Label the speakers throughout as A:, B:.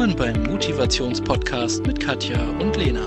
A: Willkommen beim Motivationspodcast mit Katja und Lena.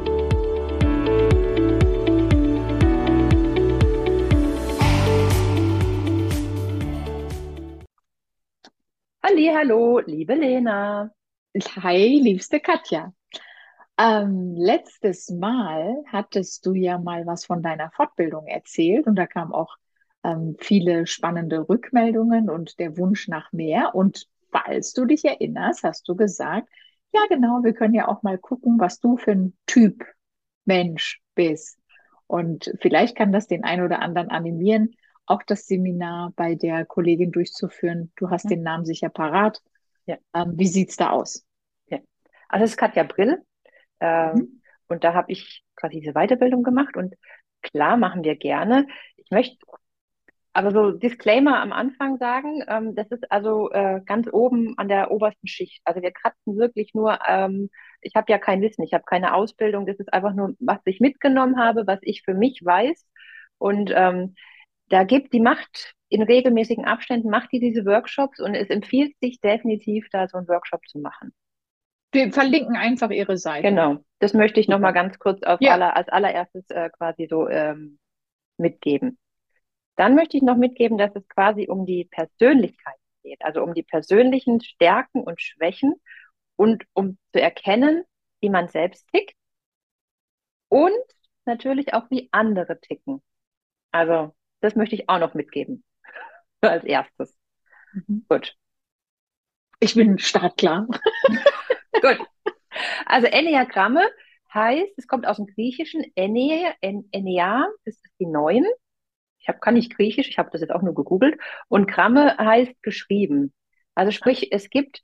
B: Hallo, liebe Lena.
C: Hi, liebste Katja. Letztes Mal hattest du ja mal was von deiner Fortbildung erzählt und da kamen auch viele spannende Rückmeldungen und der Wunsch nach mehr. Und falls du dich erinnerst, hast du gesagt, ja genau, wir können ja auch mal gucken, was du für ein Typ Mensch bist. Und vielleicht kann das den einen oder anderen animieren, auch das Seminar bei der Kollegin durchzuführen. Du hast
B: Hm?
C: den Namen sicher parat.
B: Ja,
C: Wie sieht's da aus?
B: ja. Also es ist Katja Brill, äh,
C: Mhm.
B: und da habe ich quasi diese Weiterbildung gemacht und klar machen wir gerne. Ich möchte aber so Disclaimer am Anfang sagen, das ist also ganz oben an der obersten Schicht. Also wir kratzen wirklich nur, ich habe ja kein Wissen, ich habe keine Ausbildung, das ist einfach nur, was ich mitgenommen habe, was ich für mich weiß. Und die macht in regelmäßigen Abständen, macht die diese Workshops und es empfiehlt sich definitiv, da so einen Workshop zu machen.
C: Wir verlinken einfach ihre Seite.
B: Genau, das möchte ich noch mal
C: Super.
B: ganz kurz
C: Ja.
B: als allererstes quasi so mitgeben. Dann möchte ich noch mitgeben, dass es quasi um die Persönlichkeit geht, also um die persönlichen Stärken und Schwächen und um zu erkennen, wie man selbst tickt und natürlich auch, wie andere ticken. Also das möchte ich auch noch mitgeben als erstes.
C: Mhm.
B: Gut,
C: Ich bin startklar.
B: gut. Also Enneagramme heißt, es kommt aus dem Griechischen, Ennea, das ist die Neun. Kann nicht Griechisch, ich habe das jetzt auch nur gegoogelt. Und Gramme heißt geschrieben. Also sprich, es gibt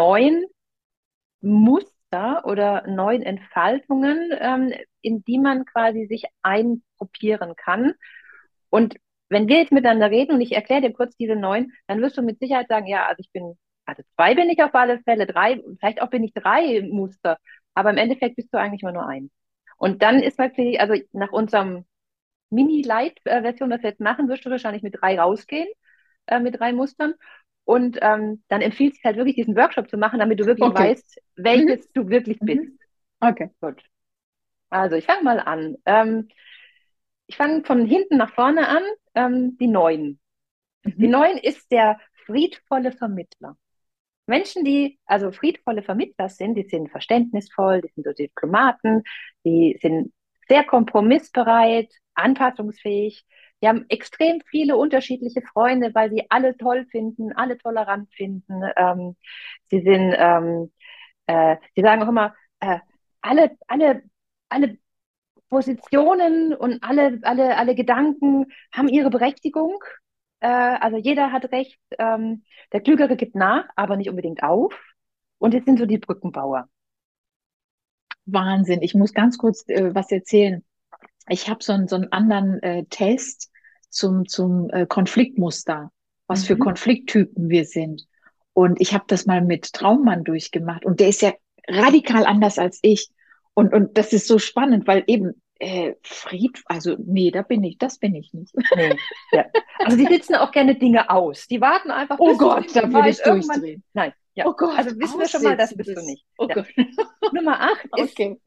B: 9 Muster oder 9 Entfaltungen, in die man quasi sich eingruppieren kann. Und wenn wir jetzt miteinander reden und ich erkläre dir kurz diese 9, dann wirst du mit Sicherheit sagen, ja, also 2 bin ich auf alle Fälle, 3, vielleicht auch bin ich 3 Muster, aber im Endeffekt bist du eigentlich immer nur eins. Und dann ist natürlich, also nach unserem Mini-Light-Version, das wir jetzt machen, wirst du wahrscheinlich mit 3 rausgehen, mit 3 Mustern. Und dann empfiehlt sich halt wirklich, diesen Workshop zu machen, damit du wirklich
C: Okay.
B: weißt,
C: Mhm.
B: welches du wirklich bist.
C: Mhm. Okay.
B: Gut. Also ich fange mal an. Ich fange von hinten nach vorne an. Die Neun. Die
C: Mhm.
B: Neun ist der friedvolle Vermittler. Menschen, die also friedvolle Vermittler sind, die sind verständnisvoll, die sind so Diplomaten, die sind sehr kompromissbereit, anpassungsfähig. Die haben extrem viele unterschiedliche Freunde, weil sie alle toll finden, alle tolerant finden. Sie sind, sie sagen auch immer, alle, alle, alle Positionen und alle Gedanken haben ihre Berechtigung. Also jeder hat recht. Der Klügere gibt nach, aber nicht unbedingt auf. Und jetzt sind so die Brückenbauer.
C: Wahnsinn. Ich muss ganz kurz was erzählen. Ich habe so einen anderen Test zum Konfliktmuster, was für
B: Mhm.
C: Konflikttypen wir sind. Und ich habe das mal mit Traummann durchgemacht. Und der ist ja radikal anders als ich. Und das ist so spannend, weil eben also nee, das bin ich nicht.
B: Nee, ja. Also die sitzen auch gerne Dinge aus. Die warten einfach,
C: Oh
B: bis das
C: Gott,
B: Ding
C: da würde
B: vorbei ist.
C: ich
B: Irgendwann.
C: durchdrehen.
B: Nein, ja.
C: Oh Gott,
B: Also wissen wir schon mal, das
C: aussitzen
B: bist du
C: bis.
B: nicht.
C: Oh
B: Ja.
C: Gott.
B: Nummer 8 ist
C: Okay.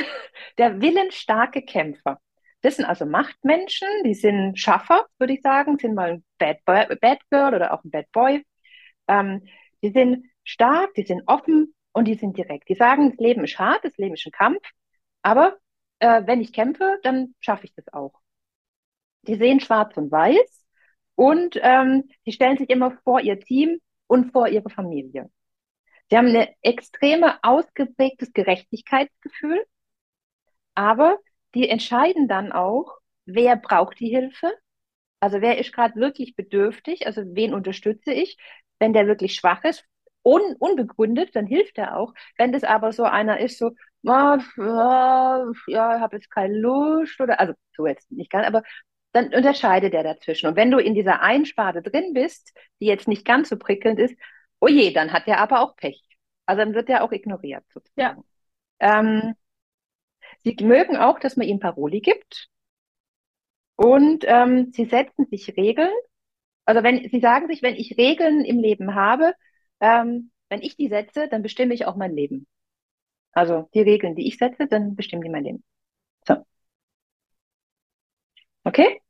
B: der willensstarke Kämpfer. Das sind also Machtmenschen, die sind Schaffer, würde ich sagen, sind mal ein Bad Girl oder auch ein Bad Boy. Ähm, Die sind stark, die sind offen und die sind direkt. Die sagen, das Leben ist hart, das Leben ist ein Kampf, aber wenn ich kämpfe, dann schaffe ich das auch. Die sehen schwarz und weiß und die stellen sich immer vor ihr Team und vor ihre Familie. Sie haben ein extreme ausgeprägtes Gerechtigkeitsgefühl, aber die entscheiden dann auch, wer braucht die Hilfe, also wer ist gerade wirklich bedürftig, also wen unterstütze ich. Wenn der wirklich schwach ist, unbegründet, dann hilft er auch. Wenn das aber so einer ist, so, ja, ich habe jetzt keine Lust oder, also so jetzt nicht ganz, aber dann unterscheidet er dazwischen. Und wenn du in dieser Einsparte drin bist, die jetzt nicht ganz so prickelnd ist, oh je, dann hat er aber auch Pech. Also dann wird er auch ignoriert
C: Ja.
B: sozusagen. Ähm, Sie mögen auch, dass man ihnen Paroli gibt und sie setzen sich Regeln. Also wenn Sie sagen sich, wenn ich Regeln im Leben habe, wenn ich die setze, dann bestimme ich auch mein Leben. Also die Regeln, die ich setze, dann bestimmen die mein Leben. So, okay?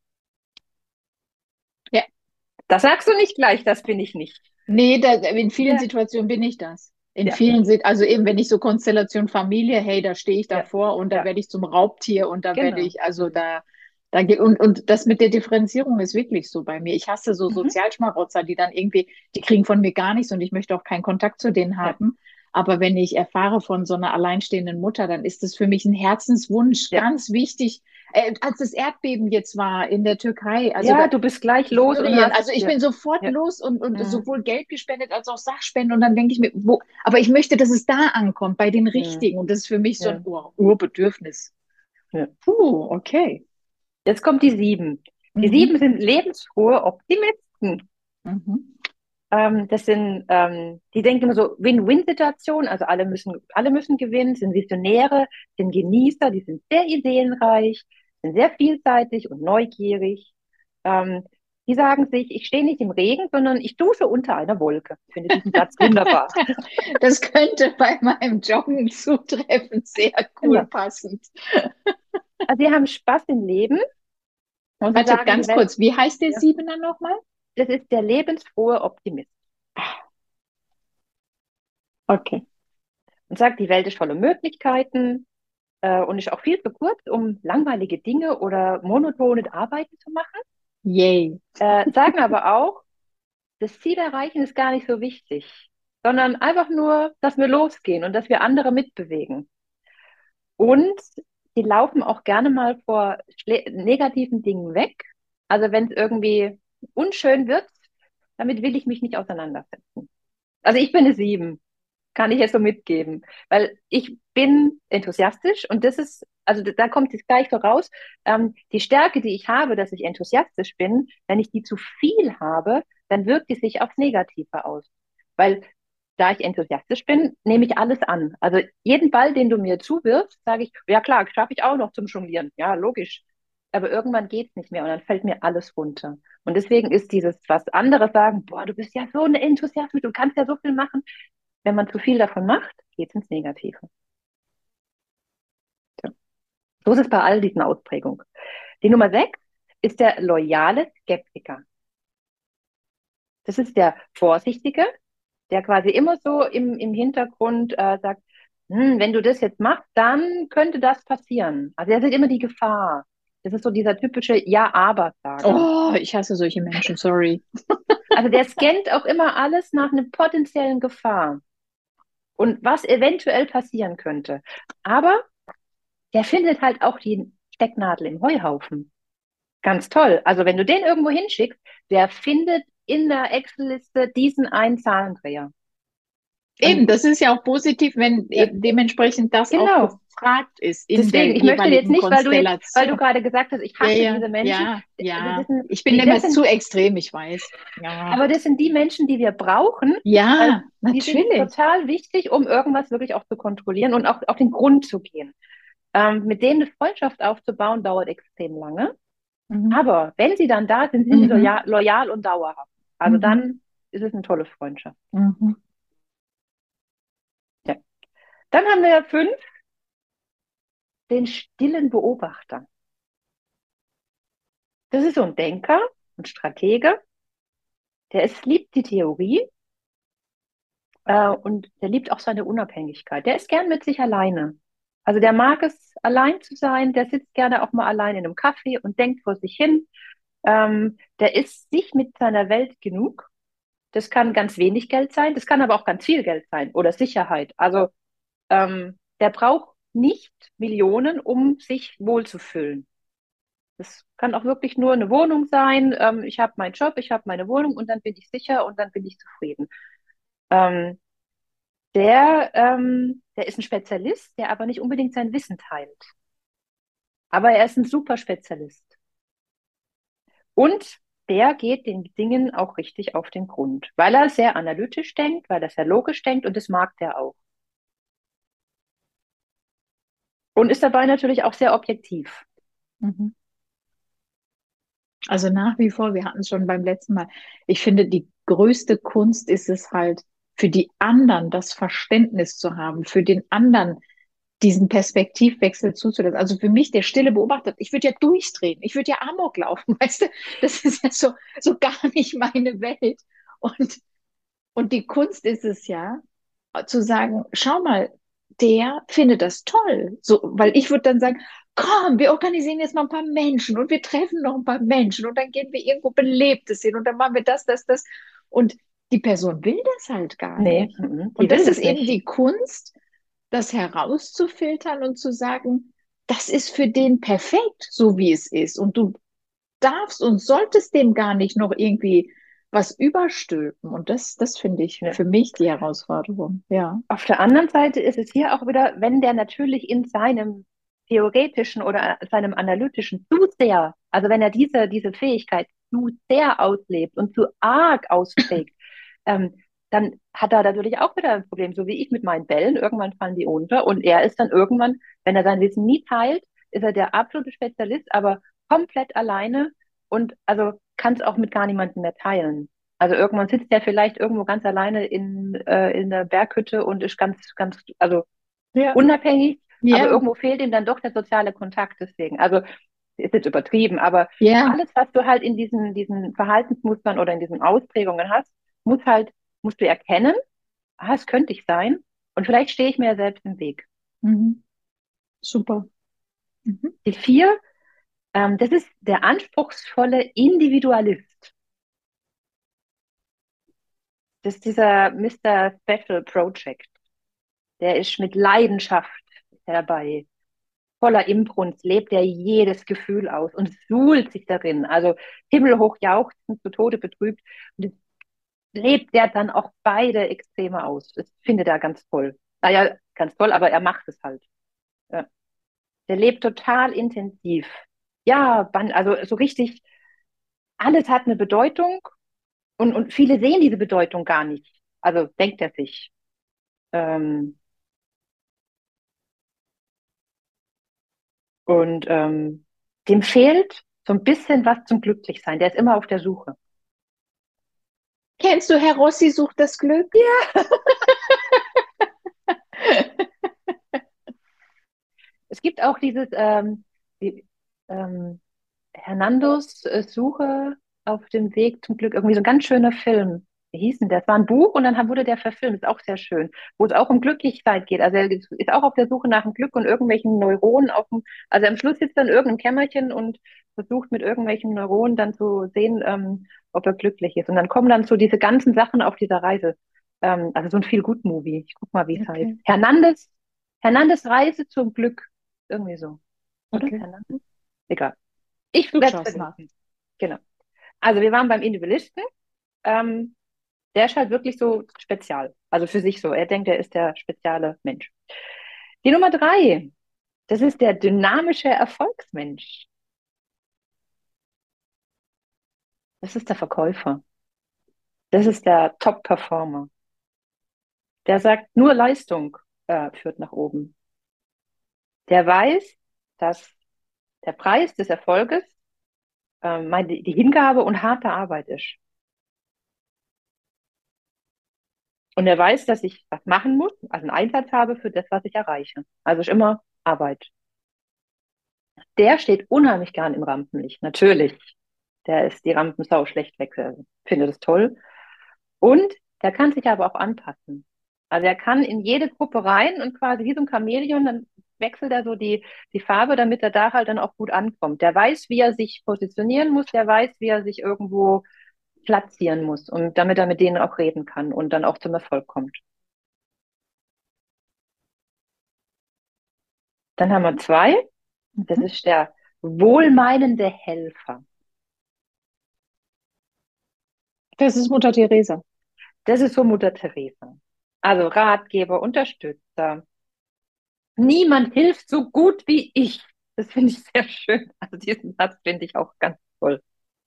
C: Ja.
B: Das sagst du nicht gleich, das bin ich nicht.
C: Nee, in vielen
B: Ja,
C: Situationen bin ich das. In
B: ja,
C: vielen, also eben, wenn ich so Konstellation Familie, hey, da stehe ich
B: ja,
C: davor und da
B: ja,
C: werde ich zum Raubtier und da werde
B: genau.
C: ich, also
B: Mhm.
C: und das mit der Differenzierung ist wirklich so bei mir. Ich hasse so
B: Mhm.
C: Sozialschmarotzer, die dann irgendwie, die kriegen von mir gar nichts und ich möchte auch keinen Kontakt zu denen
B: Ja,
C: haben. Aber wenn ich erfahre von so einer alleinstehenden Mutter, dann ist es für mich ein Herzenswunsch,
B: ja.
C: ganz wichtig. Als das Erdbeben jetzt war in der Türkei, also
B: Ja,
C: da,
B: du bist gleich los und
C: Syrien.
B: hast,
C: Also ich
B: ja,
C: bin sofort
B: ja.
C: los und
B: Mhm.
C: sowohl Geld gespendet als auch Sachspenden. Und dann denke ich mir, aber ich möchte, dass es da ankommt, bei den
B: Mhm.
C: Richtigen. Und das ist für mich so ein
B: Ja,
C: Urbedürfnis.
B: ja.
C: Okay.
B: Jetzt kommt die Sieben. Die
C: Mhm.
B: Sieben sind lebensfrohe Optimisten.
C: Mhm.
B: Das sind, die denken immer so Win-Win-Situation, also alle müssen gewinnen, sind Visionäre, sind Genießer, die sind sehr ideenreich, sind sehr vielseitig und neugierig. Ähm, die sagen sich, ich stehe nicht im Regen, sondern ich dusche unter einer Wolke. Ich finde diesen Satz wunderbar.
C: Das könnte bei meinem Joggen zutreffen, sehr cool
B: Genau.
C: passend.
B: Also sie haben Spaß im Leben und sie
C: Warte,
B: sagen, die
C: ganz
B: Welt,
C: kurz, wie heißt der
B: ja,
C: Siebener nochmal?
B: das ist der lebensfrohe Optimist.
C: Okay.
B: Und sagt, die Welt ist voller Möglichkeiten, und ist auch viel zu kurz, um langweilige Dinge oder monotone Arbeiten zu machen.
C: Yay.
B: Sagen aber auch, das Ziel erreichen ist gar nicht so wichtig, sondern einfach nur, dass wir losgehen und dass wir andere mitbewegen. Und die laufen auch gerne mal vor negativen Dingen weg. Also wenn es irgendwie unschön wird, damit will ich mich nicht auseinandersetzen. Also ich bin eine Sieben, kann ich jetzt so mitgeben, weil ich bin enthusiastisch und das ist, also da kommt es gleich so raus, die Stärke, die ich habe, dass ich enthusiastisch bin, wenn ich die zu viel habe, dann wirkt die sich aufs Negative aus. Weil da ich enthusiastisch bin, nehme ich alles an. Also jeden Ball, den du mir zuwirfst, sage ich, ja klar, schaffe ich auch noch zum Jonglieren. Ja, logisch. Aber irgendwann geht es nicht mehr und dann fällt mir alles runter. Und deswegen ist dieses, was andere sagen, boah, du bist ja so eine Enthusiasmus, du kannst ja so viel machen. Wenn man zu viel davon macht, geht es ins Negative. Ja. So ist es bei all diesen Ausprägungen. Die Nummer 6 ist der loyale Skeptiker. Das ist der Vorsichtige, der quasi immer so im Hintergrund sagt, wenn du das jetzt machst, dann könnte das passieren. Also er sieht immer die Gefahr. Das ist so dieser typische Ja-Aber-Sager.
C: Oh, ich hasse solche Menschen, sorry.
B: Also der scannt auch immer alles nach einer potenziellen Gefahr und was eventuell passieren könnte. Aber der findet halt auch die Stecknadel im Heuhaufen. Ganz toll. Also wenn du den irgendwo hinschickst, der findet in der Excel-Liste diesen einen Zahlendreher.
C: Eben,
B: Und
C: das ist ja auch positiv, wenn
B: ja,
C: eben dementsprechend das auch
B: genau.
C: gefragt ist in
B: Deswegen,
C: der
B: ich möchte jetzt
C: jeweiligen
B: nicht, weil du
C: Konstellation.
B: gerade gesagt hast, ich
C: Ja,
B: hasse
C: ja,
B: diese Menschen.
C: ja,
B: Das
C: ja.
B: sind,
C: Ich bin immer
B: das
C: zu
B: sind,
C: extrem, ich weiß. Ja,
B: aber das sind die Menschen, die wir brauchen, weil
C: ja,
B: die sind
C: natürlich.
B: total wichtig, um irgendwas wirklich auch zu kontrollieren und auch auf den Grund zu gehen. Mit denen eine Freundschaft aufzubauen, dauert extrem lange.
C: Mhm.
B: Aber wenn sie dann da sind, sind sie
C: Mhm.
B: loyal und dauerhaft. Also
C: Mhm.
B: dann ist es eine tolle Freundschaft.
C: Mhm.
B: Ja. Dann haben wir 5, den stillen Beobachter. Das ist so ein Denker und Stratege, liebt die Theorie und der liebt auch seine Unabhängigkeit. Der ist gern mit sich alleine. Also der mag es, allein zu sein, der sitzt gerne auch mal allein in einem Café und denkt vor sich hin. Der ist sich mit seiner Welt genug. Das kann ganz wenig Geld sein, das kann aber auch ganz viel Geld sein oder Sicherheit. Also der braucht nicht Millionen, um sich wohlzufühlen. Das kann auch wirklich nur eine Wohnung sein. Ich habe meinen Job, ich habe meine Wohnung und dann bin ich sicher und dann bin ich zufrieden. Ähm, der ist ein Spezialist, der aber nicht unbedingt sein Wissen teilt. Aber er ist ein super Spezialist. Und der geht den Dingen auch richtig auf den Grund, weil er sehr analytisch denkt, weil er sehr logisch denkt und das mag der auch. Und ist dabei natürlich auch sehr objektiv.
C: Mhm. Also nach wie vor, wir hatten es schon beim letzten Mal. Ich finde, die größte Kunst ist es halt, für die anderen das Verständnis zu haben, für den anderen diesen Perspektivwechsel zuzulassen. Also für mich, der stille Beobachter, ich würde ja durchdrehen, ich würde ja Amok laufen, weißt du? Das ist ja so gar nicht meine Welt. Und, und die Kunst ist es ja, zu sagen, schau mal, der findet das toll. So, weil ich würde dann sagen, komm, wir organisieren jetzt mal ein paar Menschen und wir treffen noch ein paar Menschen und dann gehen wir irgendwo Belebtes hin und dann machen wir das. Und die Person will das halt gar
B: Nee,
C: nicht.
B: die
C: Und
B: will
C: das ist
B: das
C: eben
B: nicht.
C: die Kunst, das herauszufiltern und zu sagen, das ist für den perfekt, so wie es ist. Und du darfst und solltest dem gar nicht noch irgendwie was überstülpen. Und das finde ich
B: Nee.
C: für mich die Herausforderung. Ja.
B: Auf der anderen Seite ist es hier auch wieder, wenn der natürlich in seinem theoretischen oder seinem analytischen zu sehr, also wenn er diese Fähigkeit zu sehr auslebt und zu arg ausprägt, ähm, dann hat er natürlich auch wieder ein Problem, so wie ich mit meinen Bällen. Irgendwann fallen die unter und er ist dann irgendwann, wenn er sein Wissen nie teilt, ist er der absolute Spezialist, aber komplett alleine und also kann es auch mit gar niemandem mehr teilen. Also irgendwann sitzt er vielleicht irgendwo ganz alleine in der Berghütte und ist also
C: Ja.
B: unabhängig, aber
C: Ja,
B: irgendwo fehlt ihm dann doch der soziale Kontakt deswegen. Also ist jetzt übertrieben, aber
C: ja,
B: alles, was du halt in diesen Verhaltensmustern oder in diesen Ausprägungen hast, muss halt, musst du erkennen, es könnte ich sein und vielleicht stehe ich mir ja selbst im Weg.
C: mhm. Super. Mhm.
B: Die vier, das ist der anspruchsvolle Individualist. Das ist dieser Mr. Special Project. Der ist mit Leidenschaft dabei. Voller Inbrunst lebt er jedes Gefühl aus und suhlt sich darin. Also himmelhoch jauchzend, zu Tode betrübt. Und das lebt er dann auch beide Extreme aus. Das findet er ganz toll. Naja, ganz toll, aber er macht es halt. Ja. Der lebt total intensiv. Ja, also so richtig, alles hat eine Bedeutung und viele sehen diese Bedeutung gar nicht. Also denkt er sich. Ähm, und dem fehlt so ein bisschen was zum Glücklichsein. Der ist immer auf der Suche.
C: Kennst du Herr Rossi sucht das Glück?
B: Es gibt auch die, ähm, Hernandos Suche auf dem Weg zum Glück, irgendwie so ein ganz schöner Film. Wie hieß denn der? Das war ein Buch und dann wurde der verfilmt, ist auch sehr schön, wo es auch um Glücklichkeit geht. Also er ist auch auf der Suche nach dem Glück und irgendwelchen Neuronen also am Schluss sitzt er in irgendeinem Kämmerchen und versucht mit irgendwelchen Neuronen dann zu sehen, ob er glücklich ist. Und dann kommen dann so diese ganzen Sachen auf dieser Reise. Also so ein Feel-Good-Movie. Ich guck mal, wie es heißt.
C: Okay,
B: Hernandez Reise zum Glück. Irgendwie so. Oder?
C: okay.
B: Hernandez? Egal. Ich
C: Du
B: werde es
C: schaust nach.
B: verlinken. Genau. Also wir waren beim Individualisten. Ähm, Der ist halt wirklich so spezial. Also für sich so. Er denkt, er ist der spezielle Mensch. Die Nummer drei, das ist der dynamische Erfolgsmensch. Das ist der Verkäufer. Das ist der Top-Performer. Der sagt, nur Leistung führt nach oben. Der weiß, dass der Preis des Erfolges die Hingabe und harte Arbeit ist. Und er weiß, dass ich was machen muss, also einen Einsatz habe für das, was ich erreiche. Also ist immer Arbeit. Der steht unheimlich gern im Rampenlicht, natürlich. Der ist die Rampensau schlechtweg, findet es toll. Und der kann sich aber auch anpassen. Also er kann in jede Gruppe rein und quasi wie so ein Chamäleon, dann wechselt er so die Farbe, damit er da halt dann auch gut ankommt. Der weiß, wie er sich positionieren muss, der weiß, wie er sich irgendwo platzieren muss und damit er mit denen auch reden kann und dann auch zum Erfolg kommt. Dann haben wir zwei. Das
C: Mhm.
B: ist der wohlmeinende Helfer.
C: Das ist Mutter Teresa.
B: Das ist so Mutter Teresa. Also Ratgeber, Unterstützer. Niemand hilft so gut wie ich. Das finde ich sehr schön. Also diesen Satz finde ich auch ganz toll.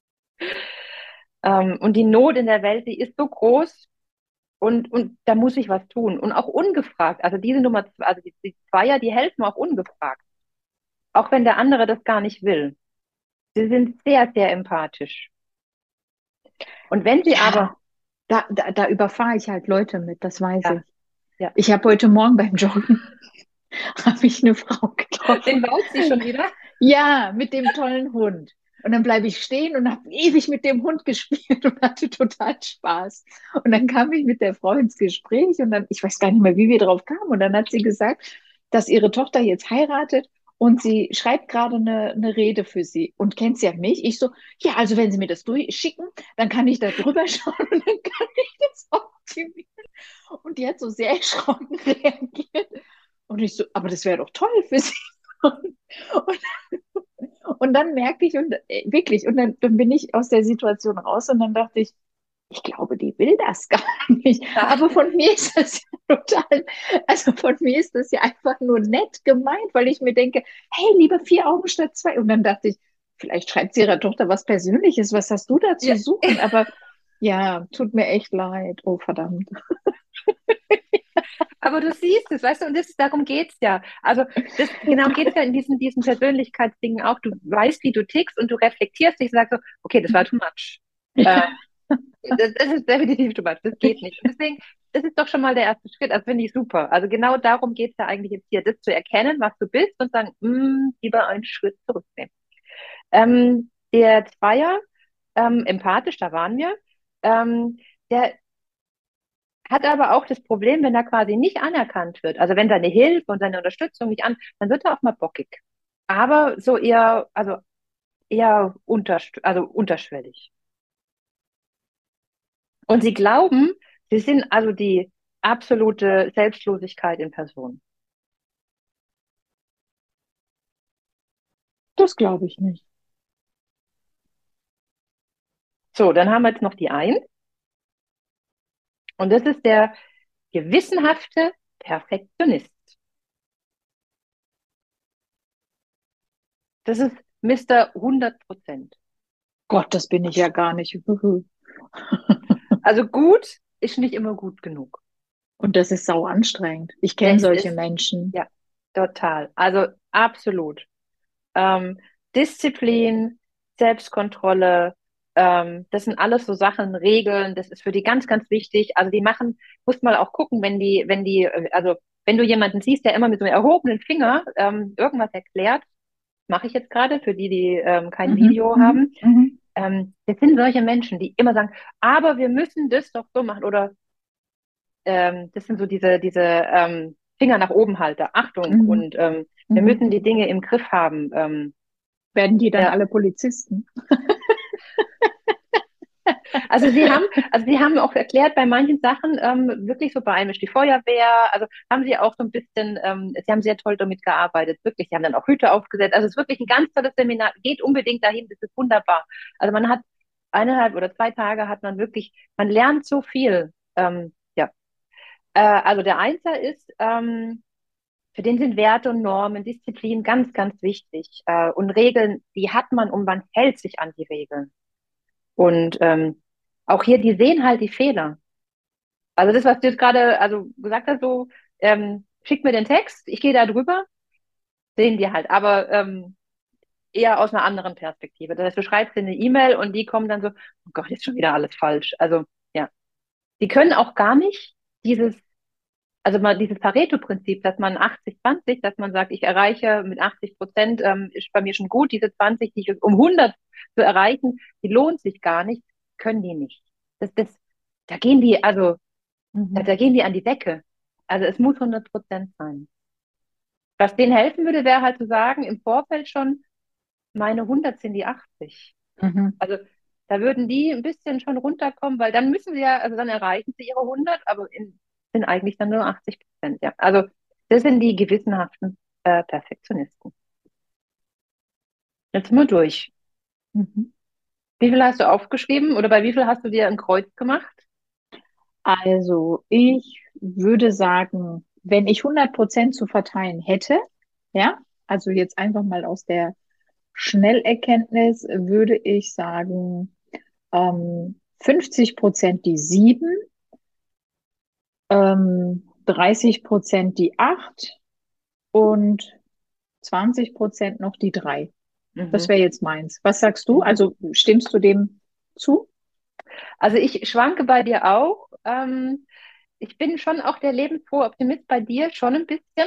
B: Und die Not in der Welt, die ist so groß und da muss ich was tun. Und auch ungefragt. Also diese Nummer, also die Zweier, die helfen auch ungefragt. Auch wenn der andere das gar nicht will. Sie sind sehr, sehr empathisch. Und wenn sie
C: Ja,
B: aber,
C: Da überfahre ich halt Leute mit, das weiß ich.
B: Ja, ja.
C: Ich habe heute Morgen beim Joggen habe ich eine Frau getroffen.
B: Den baut sie schon wieder.
C: Ja, mit dem tollen Hund. Und dann bleibe ich stehen und habe ewig mit dem Hund gespielt und hatte total Spaß. Und dann kam ich mit der Frau ins Gespräch und dann, ich weiß gar nicht mehr, wie wir drauf kamen. Und dann hat sie gesagt, dass ihre Tochter jetzt heiratet und sie schreibt gerade eine Rede für sie. Und kennt sie ja mich? Ich so, ja, also wenn Sie mir das durchschicken, dann kann ich da drüber schauen und dann kann ich das optimieren. Und die hat so sehr erschrocken reagiert. Und ich so, aber das wäre doch toll für sie. Und, und dann merke ich, und wirklich, und dann bin ich aus der Situation raus und dann dachte ich glaube, die will das gar nicht. Aber von mir ist das ja total, also von mir ist das ja einfach nur nett gemeint, weil ich mir denke, hey, lieber 4 Augen statt 2. Und dann dachte ich, vielleicht schreibt sie ihrer Tochter was Persönliches, was hast du da zu
B: Ja.
C: suchen? Aber ja, tut mir echt leid. Oh, verdammt.
B: Aber du siehst es, weißt du, und darum geht's ja. Also genau geht's ja in diesen Persönlichkeitsdingen auch. Du weißt, wie du tickst und du reflektierst dich und sagst so, okay, das war too much. Äh, das ist definitiv too much, das geht nicht. Und deswegen, das ist doch schon mal der erste Schritt, das finde ich super. Also genau darum geht's ja eigentlich jetzt hier, das zu erkennen, was du bist und sagen, lieber einen Schritt zurücknehmen. Der Zweier, empathisch, da waren wir, der hat aber auch das Problem, wenn er quasi nicht anerkannt wird. Also wenn seine Hilfe und seine Unterstützung nicht an, dann wird er auch mal bockig. Aber so eher, also eher also unterschwellig. Und sie glauben, sie sind also die absolute Selbstlosigkeit in Person.
C: Das glaube ich nicht.
B: So, dann haben wir jetzt noch die Eins. Und das ist der gewissenhafte Perfektionist. Das ist Mr. 100%.
C: Gott, das bin ich ja gar nicht.
B: Also gut ist nicht immer gut genug.
C: Und das ist sau anstrengend. Ich kenne
B: Das
C: solche
B: ist,
C: Menschen.
B: ja, total. Also absolut. Ähm, Disziplin, Selbstkontrolle, das sind alles so Sachen, Regeln, das ist für die ganz, ganz wichtig. Also die machen, muss mal auch gucken, also wenn du jemanden siehst, der immer mit so einem erhobenen Finger irgendwas erklärt, mache ich jetzt gerade für die, die kein
C: Mhm,
B: Video
C: mhm,
B: haben.
C: mhm,
B: Das sind solche Menschen, die immer sagen, aber wir müssen das doch so machen oder das sind so diese Finger nach oben Halter, Achtung
C: mhm,
B: und wir
C: mhm.
B: müssen die Dinge im Griff haben.
C: Werden die dann
B: Ja,
C: alle Polizisten?
B: also sie haben auch erklärt, bei manchen Sachen wirklich so beimisch die Feuerwehr, also haben sie auch so ein bisschen, sie haben sehr toll damit gearbeitet, wirklich, sie haben dann auch Hüte aufgesetzt, also es ist wirklich ein ganz tolles Seminar, geht unbedingt dahin, das ist wunderbar. Also man hat 1,5 oder 2 Tage hat man wirklich, man lernt so viel. Ja, also der Einser ist, für den sind Werte und Normen, Disziplin ganz, ganz wichtig. Und Regeln, die hat man und man hält sich an die Regeln. Und auch hier, die sehen halt die Fehler. Also das, was du jetzt gerade also gesagt hast, so, schick mir den Text, ich gehe da drüber, sehen die halt, aber eher aus einer anderen Perspektive. Das heißt, du schreibst dir eine E-Mail und die kommen dann so, oh Gott, jetzt schon wieder alles falsch. Also ja, die können auch gar nicht dieses, also mal dieses Pareto-Prinzip, dass man 80-20, dass man sagt, ich erreiche mit 80%, ist bei mir schon gut, diese 20, die ich um 100 zu erreichen, die lohnt sich gar nicht, können die nicht. Da gehen die, also
C: Mhm.
B: da gehen die an die Decke. Also es muss 100% sein. Was denen helfen würde, wäre halt zu sagen, im Vorfeld schon, meine 100 sind die 80.
C: Mhm.
B: Also da würden die ein bisschen schon runterkommen, weil dann müssen sie ja, also dann erreichen sie ihre 100, aber sind eigentlich dann nur 80%. Ja. Also das sind die gewissenhaften Perfektionisten. Jetzt sind wir durch.
C: Mhm.
B: Wie viel hast du aufgeschrieben oder bei wie viel hast du dir ein Kreuz gemacht?
C: Also, ich würde sagen, wenn ich 100% zu verteilen hätte, ja, also jetzt einfach mal aus der Schnellerkenntnis, würde ich sagen, 50% die 7, 30% die 8 und 20% noch die 3. Das
B: Mhm.
C: wäre jetzt meins. Was sagst du?
B: Mhm.
C: Also stimmst du dem zu?
B: Also ich schwanke bei dir auch. Ich bin schon auch der lebensfrohe Optimist bei dir, schon ein bisschen.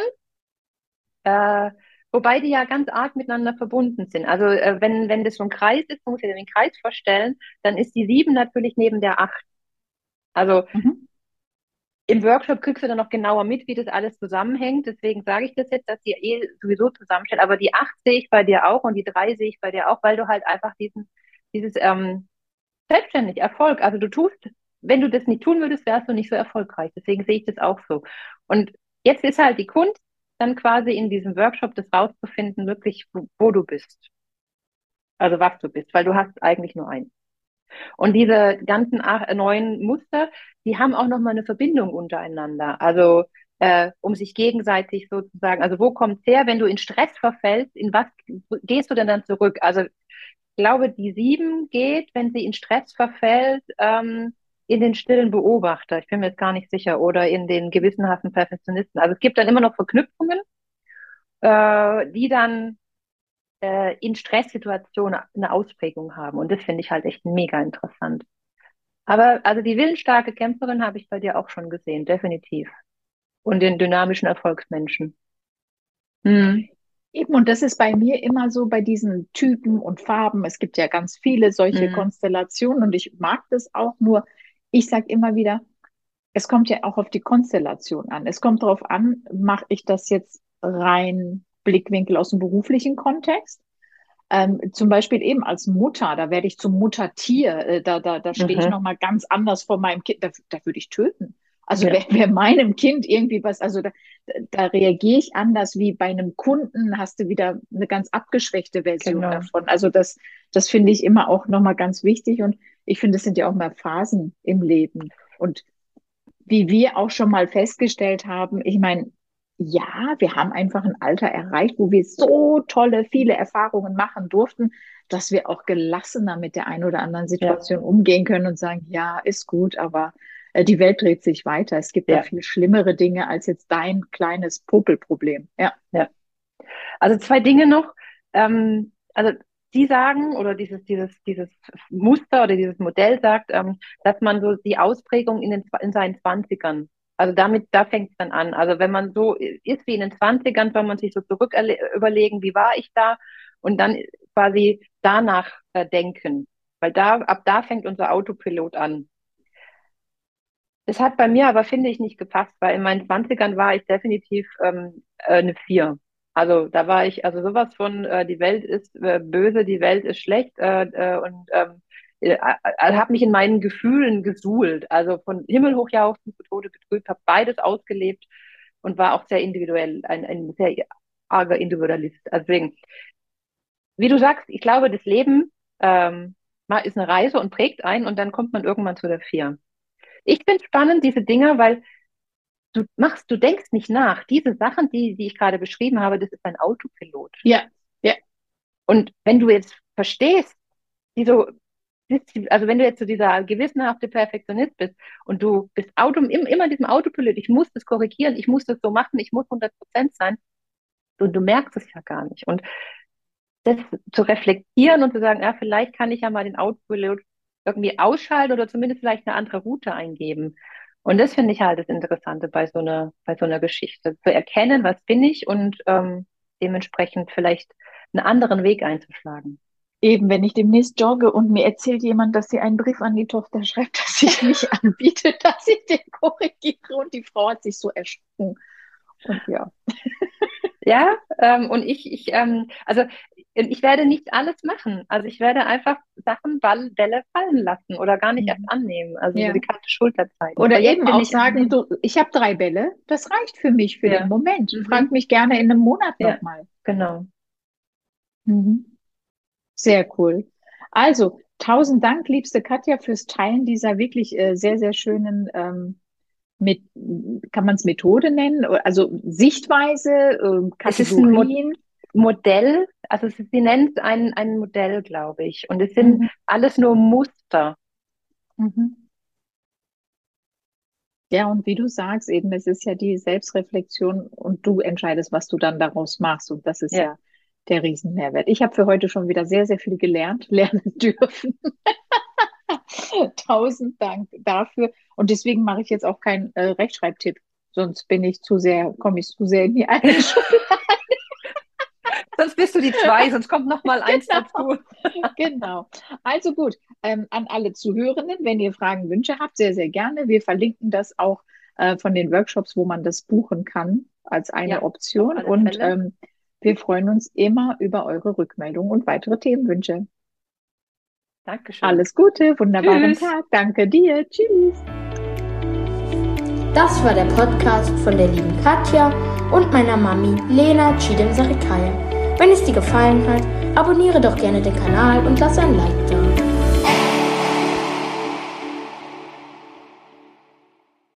B: Äh, Wobei die ja ganz arg miteinander verbunden sind. Also wenn das so ein Kreis ist, man muss sich den Kreis vorstellen, dann ist die 7 natürlich neben der 8. Also
C: Mhm.
B: im Workshop kriegst du dann noch genauer mit, wie das alles zusammenhängt. Deswegen sage ich das jetzt, dass die sowieso zusammenstellen. Aber die 8 sehe ich bei dir auch und die 3 sehe ich bei dir auch, weil du halt einfach dieses selbstständig Erfolg, also du tust, wenn du das nicht tun würdest, wärst du nicht so erfolgreich. Deswegen sehe ich das auch so. Und jetzt ist halt die Kunst, dann quasi in diesem Workshop das rauszufinden, wirklich, wo du bist. Also was du bist, weil du hast eigentlich nur eins. Und diese ganzen neuen Muster, die haben auch nochmal eine Verbindung untereinander. Also um sich gegenseitig sozusagen, also wo kommt es her, wenn du in Stress verfällst, in was gehst du denn dann zurück? Also ich glaube, die 7 geht, wenn sie in Stress verfällt, in den stillen Beobachter. Ich bin mir jetzt gar nicht sicher. Oder in den gewissenhaften Perfektionisten. Also es gibt dann immer noch Verknüpfungen, die dann in Stresssituationen eine Ausprägung haben. Und das finde ich halt echt mega interessant. Aber also die willensstarke Kämpferin habe ich bei dir auch schon gesehen, definitiv. Und den dynamischen Erfolgsmenschen. Hm.
C: Eben, und das ist bei mir immer so bei diesen Typen und Farben. Es gibt ja ganz viele solche
B: Hm.
C: Konstellationen und ich mag das auch nur. Ich sage immer wieder, es kommt ja auch auf die Konstellation an. Es kommt darauf an, mache ich das jetzt rein Blickwinkel aus dem beruflichen Kontext? Zum Beispiel eben als Mutter, da werde ich zum Muttertier, da stehe ich
B: Mhm.
C: nochmal ganz anders vor meinem Kind, da würde ich töten. Also
B: Ja,
C: wer meinem Kind irgendwie was, also da reagiere ich anders wie bei einem Kunden, hast du wieder eine ganz abgeschwächte Version
B: genau.
C: davon. Also das finde ich immer auch nochmal ganz wichtig und ich finde, es sind ja auch mal Phasen im Leben. Und wie wir auch schon mal festgestellt haben, ich meine, ja, wir haben einfach ein Alter erreicht, wo wir so tolle, viele Erfahrungen machen durften, dass wir auch gelassener mit der einen oder anderen
B: Ja,
C: Situation umgehen können und sagen, ja, ist gut, aber die Welt dreht sich weiter. Es gibt da
B: ja,
C: viel schlimmere Dinge als jetzt dein kleines Popelproblem. Ja.
B: ja. Also zwei Dinge noch. Also die sagen, oder dieses Muster oder dieses Modell sagt, dass man so die Ausprägung in seinen Zwanzigern, also damit, da fängt es dann an. Also wenn man so ist wie in den Zwanzigern, soll man sich so zurück überlegen, wie war ich da? Und dann quasi danach denken. Weil ab da fängt unser Autopilot an. Das hat bei mir aber, finde ich, nicht gepasst, weil in meinen Zwanzigern war ich definitiv eine 4. Also da war ich, also sowas von, die Welt ist böse, die Welt ist schlecht und habe mich in meinen Gefühlen gesuhlt. Also von Himmel hochjauchzend zu Tode betrübt, habe beides ausgelebt und war auch sehr individuell, ein sehr arger Individualist. Also deswegen, wie du sagst, ich glaube, das Leben ist eine Reise und prägt einen und dann kommt man irgendwann zu der 4. Ich finde spannend, diese Dinger, weil du denkst nicht nach. Diese Sachen, die ich gerade beschrieben habe, das ist ein Autopilot.
C: Ja, ja.
B: Und wenn du jetzt verstehst, wie so, also wenn du jetzt so dieser gewissenhafte Perfektionist bist und du bist immer in diesem Autopilot, ich muss das korrigieren, ich muss das so machen, ich muss 100% sein, und du merkst es ja gar nicht. Und das zu reflektieren und zu sagen, ja, vielleicht kann ich ja mal den Autopilot irgendwie ausschalten oder zumindest vielleicht eine andere Route eingeben. Und das finde ich halt das Interessante bei so einer Geschichte. Zu erkennen, was bin ich und dementsprechend vielleicht einen anderen Weg einzuschlagen.
C: Eben, wenn ich demnächst jogge und mir erzählt jemand, dass sie einen Brief an die Tochter schreibt, dass ich mich anbiete, dass ich den korrigiere und die Frau hat sich so erschrocken. Und ja.
B: Ja, und also ich werde nicht alles machen. Also ich werde einfach Bälle fallen lassen oder gar nicht erst
C: Mhm.
B: annehmen. Also so
C: Ja.
B: die kalte Schulter zeigen. Aber
C: Oder
B: jetzt
C: eben
B: bin
C: auch
B: ich an
C: sagen,
B: dem,
C: du, ich habe 3 Bälle, das reicht für mich für den
B: ja,
C: Moment. Frag
B: mhm,
C: mich gerne in einem Monat
B: ja,
C: nochmal.
B: genau.
C: Mhm. Sehr cool. Also, tausend Dank, liebste Katja, fürs Teilen dieser wirklich sehr, sehr schönen, mit, kann man es Methode nennen? Also Sichtweise,
B: Es ist ein
C: Kategorien.
B: Modell, also sie nennt es ein Modell, glaube ich. Und es sind
C: Mhm.
B: alles nur Muster.
C: Mhm. Ja, und wie du sagst, eben, es ist ja die Selbstreflexion und du entscheidest, was du dann daraus machst. Und das ist
B: Ja,
C: ja der Riesenmehrwert. Ich habe für heute schon wieder sehr, sehr viel gelernt, lernen dürfen. Tausend Dank dafür. Und deswegen mache ich jetzt auch keinen Rechtschreibtipp. Sonst komme ich zu sehr in die eine Schublade.
B: Sonst bist du die 2, sonst kommt noch mal 1 dazu.
C: Genau. Also gut, an alle Zuhörenden, wenn ihr Fragen, Wünsche habt, sehr, sehr gerne. Wir verlinken das auch von den Workshops, wo man das buchen kann, als eine Option. Und wir freuen uns immer über eure Rückmeldungen und weitere Themenwünsche.
B: Dankeschön.
C: Alles Gute, wunderbaren Tag. Danke dir. Tschüss.
D: Das war der Podcast von der lieben Katja und meiner Mami Lena Chidem Sarikaya. Wenn es dir gefallen hat, abonniere doch gerne den Kanal und lass ein Like da.